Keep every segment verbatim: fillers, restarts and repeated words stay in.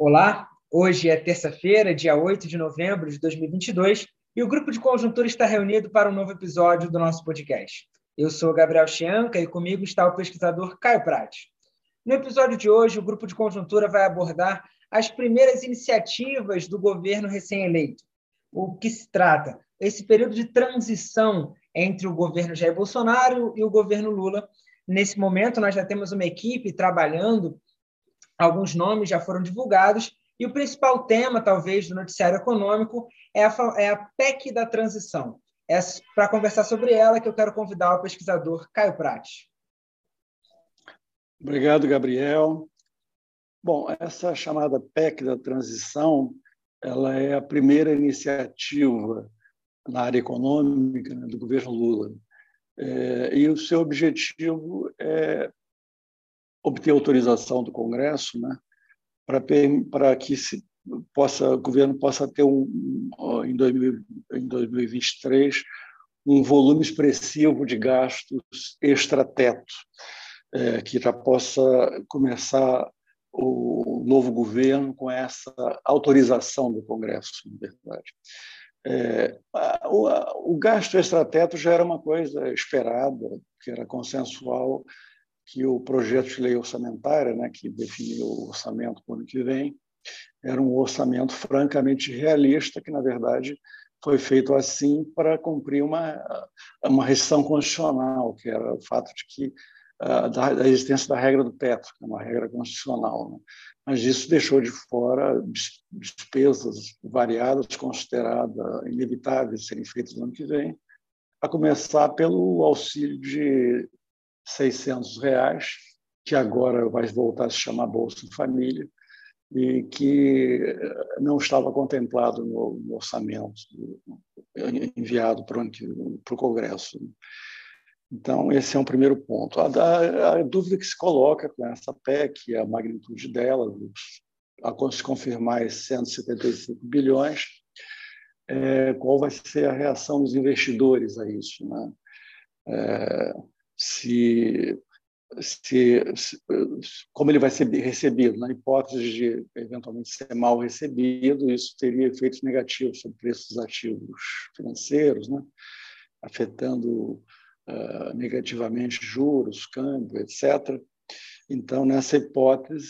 Olá, hoje é terça-feira, dia oito de novembro de dois mil e vinte e dois, e o Grupo de Conjuntura está reunido para um novo episódio do nosso podcast. Eu sou Gabriel Chianca e comigo está o pesquisador Caio Prati. No episódio de hoje, o Grupo de Conjuntura vai abordar as primeiras iniciativas do governo recém-eleito. O que se trata? Esse período de transição entre o governo Jair Bolsonaro e o governo Lula. Nesse momento, nós já temos uma equipe trabalhando. Alguns nomes já foram divulgados, e o principal tema, talvez, do noticiário econômico é a, é a P E C da transição. É para conversar sobre ela que eu quero convidar o pesquisador Caio Prati. Obrigado, Gabriel. Bom, essa chamada P E C da transição, ela é a primeira iniciativa na área econômica, né, do governo Lula. É, e o seu objetivo é obter autorização do Congresso, né, para que se possa, o governo possa ter, um, em, dois mil, em dois mil e vinte e três, um volume expressivo de gastos extrateto, é, que já possa começar o novo governo com essa autorização do Congresso, na verdade. É, o, o gasto extrateto já era uma coisa esperada, que era consensual, que o projeto de lei orçamentária, né, que definiu o orçamento para o ano que vem, era um orçamento francamente realista, que, na verdade, foi feito assim para cumprir uma, uma restrição constitucional, que era o fato de que uh, da, da existência da regra do teto, que é uma regra constitucional, né? Mas isso deixou de fora despesas variadas, consideradas inevitáveis de serem feitas no ano que vem, a começar pelo auxílio de seiscentos reais, que agora vai voltar a se chamar Bolsa Família, e que não estava contemplado no, no orçamento enviado para o, para o Congresso. Então, esse é um primeiro ponto. A, a, a dúvida que se coloca com essa P E C, a magnitude dela, a se confirmar esses cento e setenta e cinco bilhões, é, qual vai ser a reação dos investidores a isso, né? É, se Se, se, como ele vai ser recebido, na hipótese de eventualmente ser mal recebido, isso teria efeitos negativos sobre preços dos ativos financeiros, né? Afetando uh, negativamente juros, câmbio, etcétera. Então, nessa hipótese,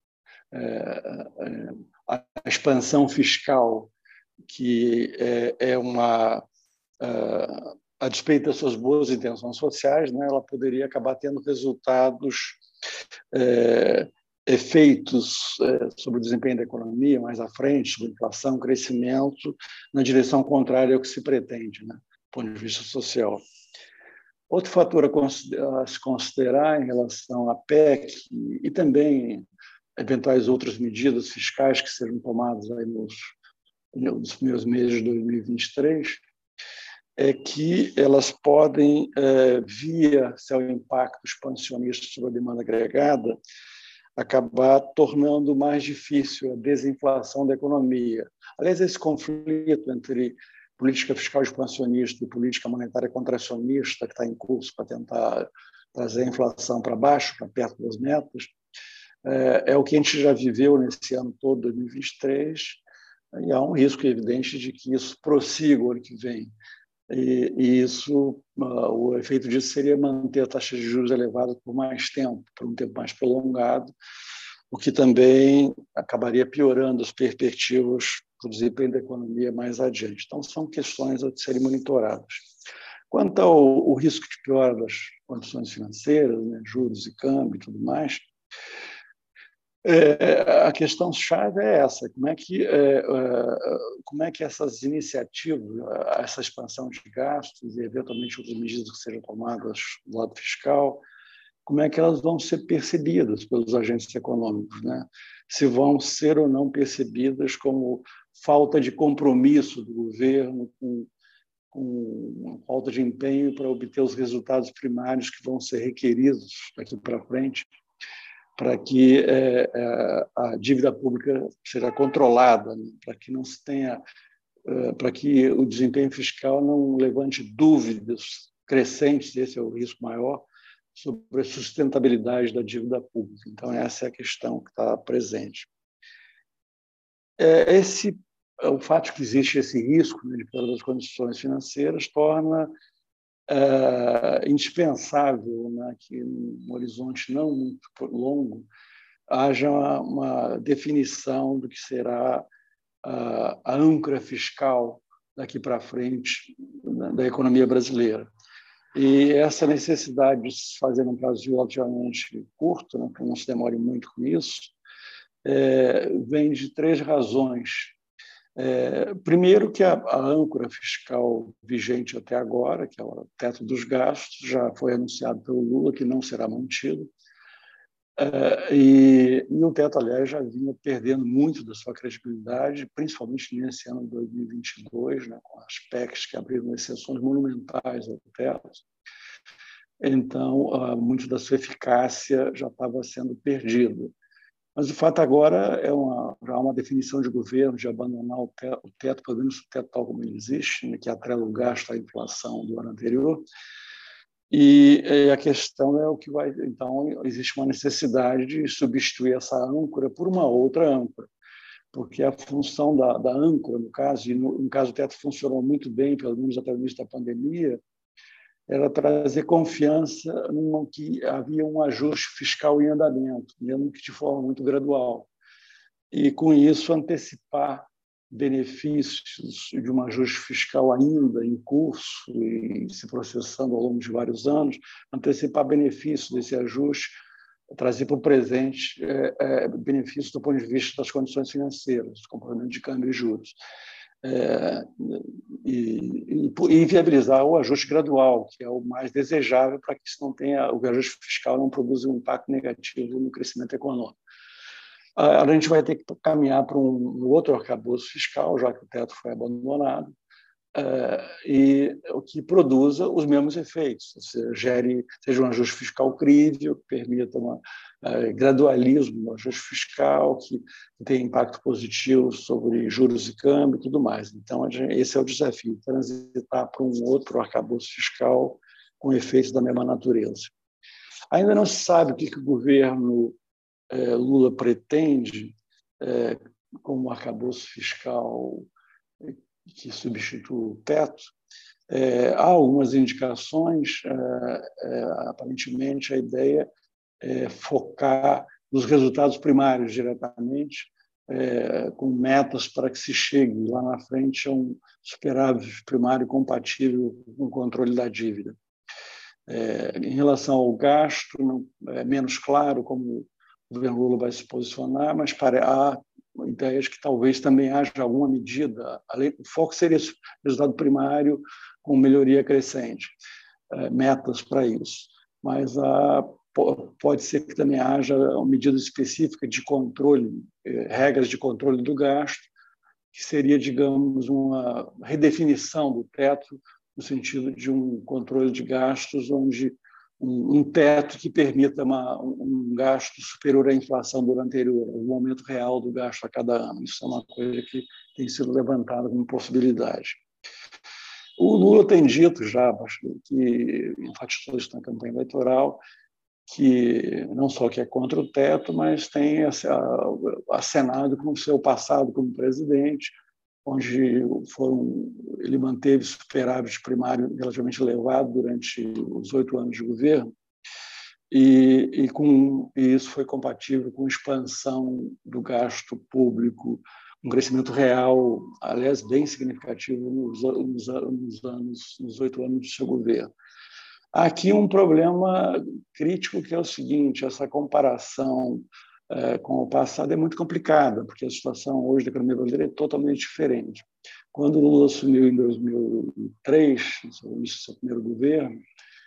uh, uh, a expansão fiscal, que é, é uma uh, a despeito das suas boas intenções sociais, né, ela poderia acabar tendo resultados, é, efeitos é, sobre o desempenho da economia mais à frente, sobre inflação, crescimento, na direção contrária ao que se pretende, né, do ponto de vista social. Outro fator a, a se considerar em relação à P E C e também eventuais outras medidas fiscais que sejam tomadas aí nos, nos primeiros meses de dois mil e vinte e três, é que elas podem, é, via seu impacto expansionista sobre a demanda agregada, acabar tornando mais difícil a desinflação da economia. Aliás, esse conflito entre política fiscal expansionista e política monetária contracionista, que está em curso para tentar trazer a inflação para baixo, para perto das metas, é, é o que a gente já viveu nesse ano todo, dois mil e vinte e três, e há um risco evidente de que isso prossiga o ano que vem. E, e isso, uh, o efeito disso seria manter a taxa de juros elevada por mais tempo, por um tempo mais prolongado, o que também acabaria piorando as perspectivas para o desempenho da economia mais adiante. Então, são questões a serem monitoradas. Quanto ao, ao risco de piora das condições financeiras, né, juros e câmbio e tudo mais, É, a questão chave é essa: como é que é, como é que essas iniciativas, essa expansão de gastos e eventualmente outras medidas que sejam tomadas do lado fiscal, como é que elas vão ser percebidas pelos agentes econômicos, né? Se vão ser ou não percebidas como falta de compromisso do governo com, com falta de empenho para obter os resultados primários que vão ser requeridos daqui para frente, para que é, a dívida pública seja controlada, né? Para que não se tenha, é, para que o desempenho fiscal não levante dúvidas crescentes, esse é o risco maior, sobre a sustentabilidade da dívida pública. Então, essa é a questão que está presente. É, esse, o fato de que existe esse risco, né, de piora das condições financeiras torna é, indispensável, né, que num horizonte não muito longo haja uma, uma definição do que será a, a âncora fiscal daqui para frente, né, da economia brasileira. E essa necessidade de se fazer num prazo relativamente curto, né, que não se demore muito com isso, é, vem de três razões. É, primeiro, que a, a âncora fiscal vigente até agora, que é o teto dos gastos, já foi anunciado pelo Lula que não será mantido. É, e, e o teto, aliás, já vinha perdendo muito da sua credibilidade, principalmente nesse ano de dois mil e vinte e dois, né, com as P E Cs que abriram exceções monumentais ao teto. Então, muito da sua eficácia já estava sendo perdida. Mas o fato agora é uma, já há uma definição de governo de abandonar o teto, o teto, pelo menos o teto tal como ele existe, né, que atrela o gasto à inflação do ano anterior. E, e a questão é o que vai. Então, existe uma necessidade de substituir essa âncora por uma outra âncora, porque a função da, da âncora, no caso, e no, no caso o teto funcionou muito bem, pelo menos até o início da pandemia, era trazer confiança no que havia um ajuste fiscal em andamento, mesmo que de forma muito gradual. E, com isso, antecipar benefícios de um ajuste fiscal ainda em curso e se processando ao longo de vários anos, antecipar benefícios desse ajuste, trazer para o presente é, é, benefícios do ponto de vista das condições financeiras, complemento de câmbio e juros. É, e, e, e viabilizar o ajuste gradual, que é o mais desejável para que isso não tenha, o ajuste fiscal não produza um impacto negativo no crescimento econômico. A gente vai ter que caminhar para um outro arcabouço fiscal, já que o teto foi abandonado, e o que produza os mesmos efeitos, ou seja, gere, seja um ajuste fiscal crível, que permita um gradualismo no ajuste fiscal, que tem impacto positivo sobre juros e câmbio e tudo mais. Então, esse é o desafio, transitar para um outro arcabouço fiscal com efeitos da mesma natureza. Ainda não se sabe o que, que o governo eh, Lula pretende eh, como arcabouço fiscal que substitui o teto. É, há algumas indicações, é, é, aparentemente a ideia é focar nos resultados primários diretamente, é, com metas para que se chegue lá na frente a um superávit primário compatível com o controle da dívida. É, em relação ao gasto, não, é menos claro como o governo Lula vai se posicionar, mas para, há ideias que talvez também haja alguma medida, além, o foco seria esse resultado primário com melhoria crescente, é, metas para isso. Mas há, pode ser que também haja uma medida específica de controle, é, regras de controle do gasto, que seria, digamos, uma redefinição do teto, no sentido de um controle de gastos, onde um, um teto que permita uma, um gasto superior à inflação do ano anterior, o aumento real do gasto a cada ano. Isso é uma coisa que tem sido levantada como possibilidade. O Lula tem dito já, que enfatizou isso na campanha eleitoral, que não só que é contra o teto, mas tem acenado com o seu passado como presidente, onde foram, ele manteve superávit primário relativamente elevado durante os oito anos de governo, e, e, com, e isso foi compatível com a expansão do gasto público, um crescimento real, aliás, bem significativo nos, nos, nos anos, nos oito anos do seu governo. Há aqui um problema crítico, que é o seguinte: essa comparação eh, com o passado é muito complicada, porque a situação hoje da economia brasileira é totalmente diferente. Quando o Lula assumiu em dois mil e três, no início do seu primeiro governo,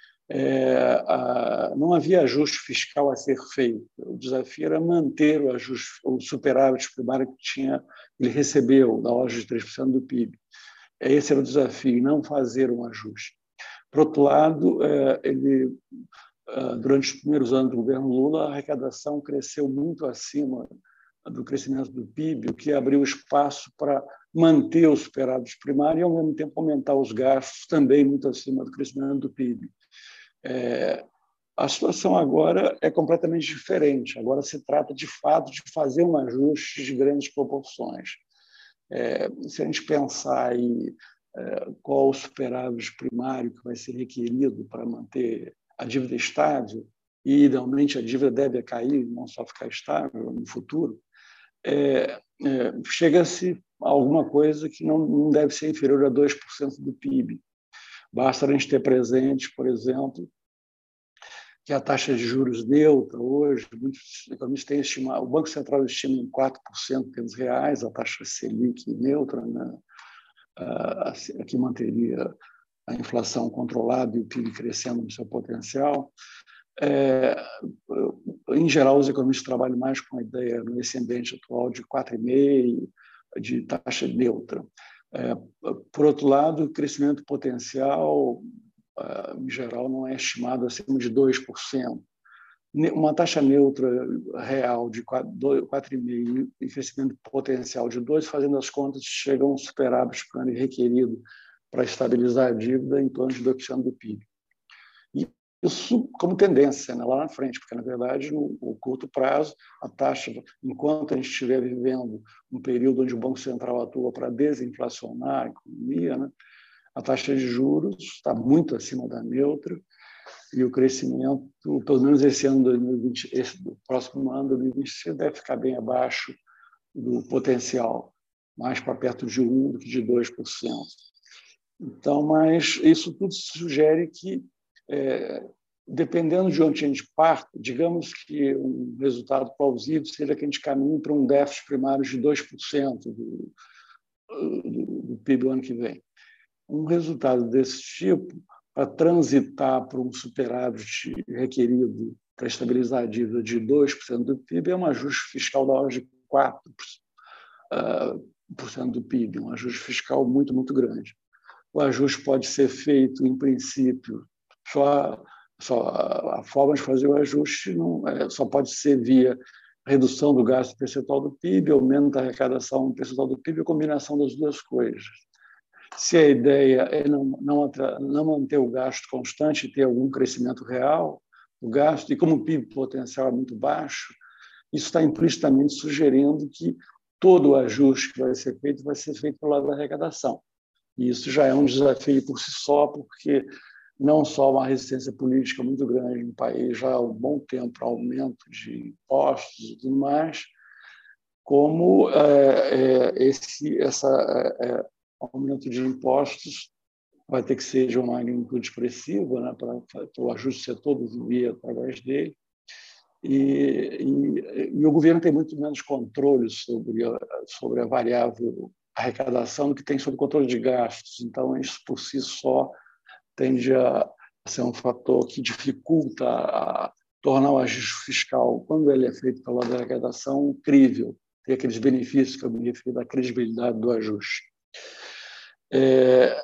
é, a, não havia ajuste fiscal a ser feito. O desafio era manter o, ajuste, o superávit primário que tinha, ele recebeu, da ordem de três por cento do P I B. Esse era o desafio, não fazer um ajuste. Por outro lado, ele, durante os primeiros anos do governo Lula, a arrecadação cresceu muito acima do crescimento do P I B, o que abriu espaço para manter o superávit primário e, ao mesmo tempo, aumentar os gastos, também muito acima do crescimento do P I B. É, A situação agora é completamente diferente. Agora se trata, de fato, de fazer um ajuste de grandes proporções. É, se a gente pensar em é, qual o superávit primário que vai ser requerido para manter a dívida estável, e, idealmente, a dívida deve cair, não só ficar estável no futuro, é, é, chega-se a alguma coisa que não, não deve ser inferior a dois por cento do P I B. Basta a gente ter presente, por exemplo, que a taxa de juros neutra hoje, muitos economistas têm estimado, o Banco Central estima em quatro por cento em termos reais, a taxa Selic neutra, né, que manteria a inflação controlada e o P I B crescendo no seu potencial. É, em geral, os economistas trabalham mais com a ideia, nesse ambiente atual, de quatro vírgula cinco por cento de taxa neutra. É, por outro lado, o crescimento potencial, em geral, não é estimado acima de dois por cento. Uma taxa neutra real de quatro vírgula cinco por cento e crescimento potencial de dois por cento, fazendo as contas, chega a um superávit primário requerido para estabilizar a dívida em torno de dois por cento do P I B. E isso como tendência, né, lá na frente, porque, na verdade, no, no curto prazo, a taxa, enquanto a gente estiver vivendo um período onde o Banco Central atua para desinflacionar a economia, né, a taxa de juros está muito acima da neutra e o crescimento, pelo menos esse ano dois mil e vinte, esse do próximo ano, dois mil e vinte e seis, deve ficar bem abaixo do potencial, mais para perto de um do que de dois por cento. Então, mas isso tudo sugere que, é, dependendo de onde a gente parte, digamos que um resultado plausível seja que a gente caminhe para um déficit primário de dois por cento do, do, do P I B do ano que vem. Um resultado desse tipo, para transitar para um superávit requerido para estabilizar a dívida de dois por cento do P I B, é um ajuste fiscal da ordem de quatro por cento do P I B, um ajuste fiscal muito, muito grande. O ajuste pode ser feito, em princípio, só, só a forma de fazer o ajuste não, é, só pode ser via redução do gasto percentual do P I B, aumento da arrecadação percentual do P I B, a combinação das duas coisas. Se a ideia é não, não, não manter o gasto constante e ter algum crescimento real do gasto, e como o P I B potencial é muito baixo, isso está implicitamente sugerindo que todo o ajuste que vai ser feito vai ser feito pelo lado da arrecadação. E isso já é um desafio por si só, porque não só uma resistência política muito grande no país já há um bom tempo para aumento de impostos e tudo mais, como é, é, esse essa, é, aumento de impostos vai ter que ser de uma magnitude expressiva, né, para, para o ajuste ser todo via através dele. E, e, e o governo tem muito menos controle sobre a, sobre a variável arrecadação do que tem sobre o controle de gastos. Então, isso por si só tende a ser um fator que dificulta a tornar o ajuste fiscal, quando ele é feito pela arrecadação, crível, ter aqueles benefícios que eu me referi da credibilidade do ajuste. É,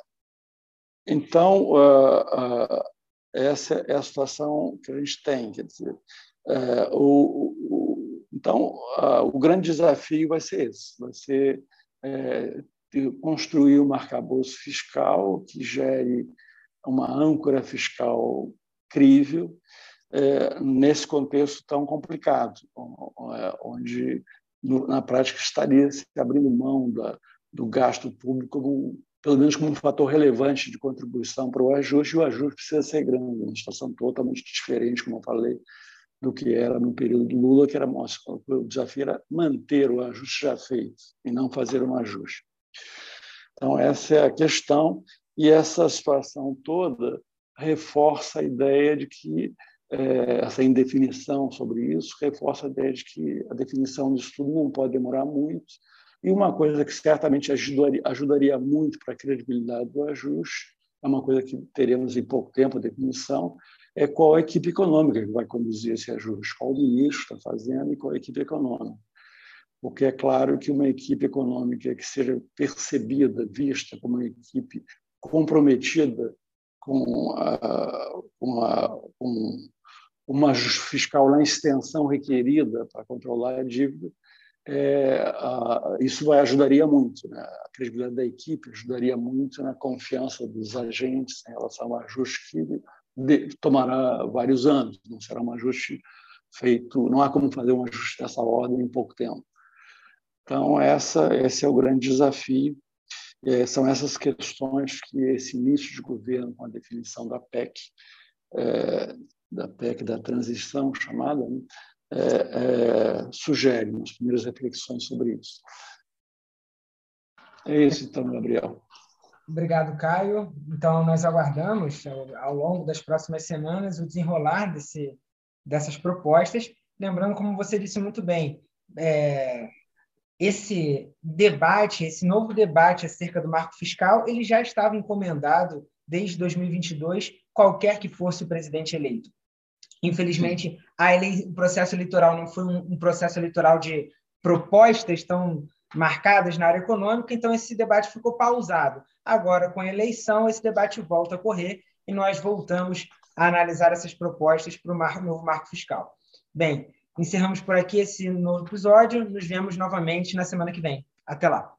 então, uh, uh, essa é a situação que a gente tem. Quer dizer, uh, o, o, então, uh, o grande desafio vai ser esse, vai ser é, construir um arcabouço fiscal que gere uma âncora fiscal crível é, nesse contexto tão complicado, onde, na prática, estaria se abrindo mão da, do gasto público, como, pelo menos como um fator relevante de contribuição para o ajuste, e o ajuste precisa ser grande, uma situação totalmente diferente, como eu falei, do que era no período do Lula, que era o desafio era manter o ajuste já feito e não fazer um ajuste. Então, essa é a questão, e essa situação toda reforça a ideia de que é, essa indefinição sobre isso reforça a ideia de que a definição disso tudo não pode demorar muito, e uma coisa que certamente ajudaria, ajudaria muito para a credibilidade do ajuste, é uma coisa que teremos em pouco tempo a definição, é qual a equipe econômica que vai conduzir esse ajuste, qual o ministro está fazendo e qual a equipe econômica. Porque é claro que uma equipe econômica que seja percebida, vista como uma equipe comprometida com, a, com, a, com uma ajuste fiscal na extensão requerida para controlar a dívida, é, a, isso vai, ajudaria muito, né? A credibilidade da equipe ajudaria muito na confiança dos agentes em relação ao ajuste que de, tomará vários anos, não será um ajuste feito, não há como fazer um ajuste dessa ordem em pouco tempo. Então, essa, esse é o grande desafio. É, são essas questões que esse início de governo, com a definição da P E C, é, da P E C da transição chamada, né, é, é, sugere umas primeiras reflexões sobre isso. É isso, então, Gabriel. Obrigado, Caio. Então, nós aguardamos, ao, ao longo das próximas semanas, o desenrolar desse, dessas propostas. Lembrando, como você disse muito bem, é, esse debate, esse novo debate acerca do marco fiscal, ele já estava encomendado desde dois mil e vinte e dois, qualquer que fosse o presidente eleito. Infelizmente, a ele... o processo eleitoral não foi um, um processo eleitoral de propostas tão marcadas na área econômica, então esse debate ficou pausado. Agora, com a eleição, esse debate volta a correr e nós voltamos a analisar essas propostas para o mar... novo marco fiscal. Bem, encerramos por aqui esse novo episódio. Nos vemos novamente na semana que vem. Até lá.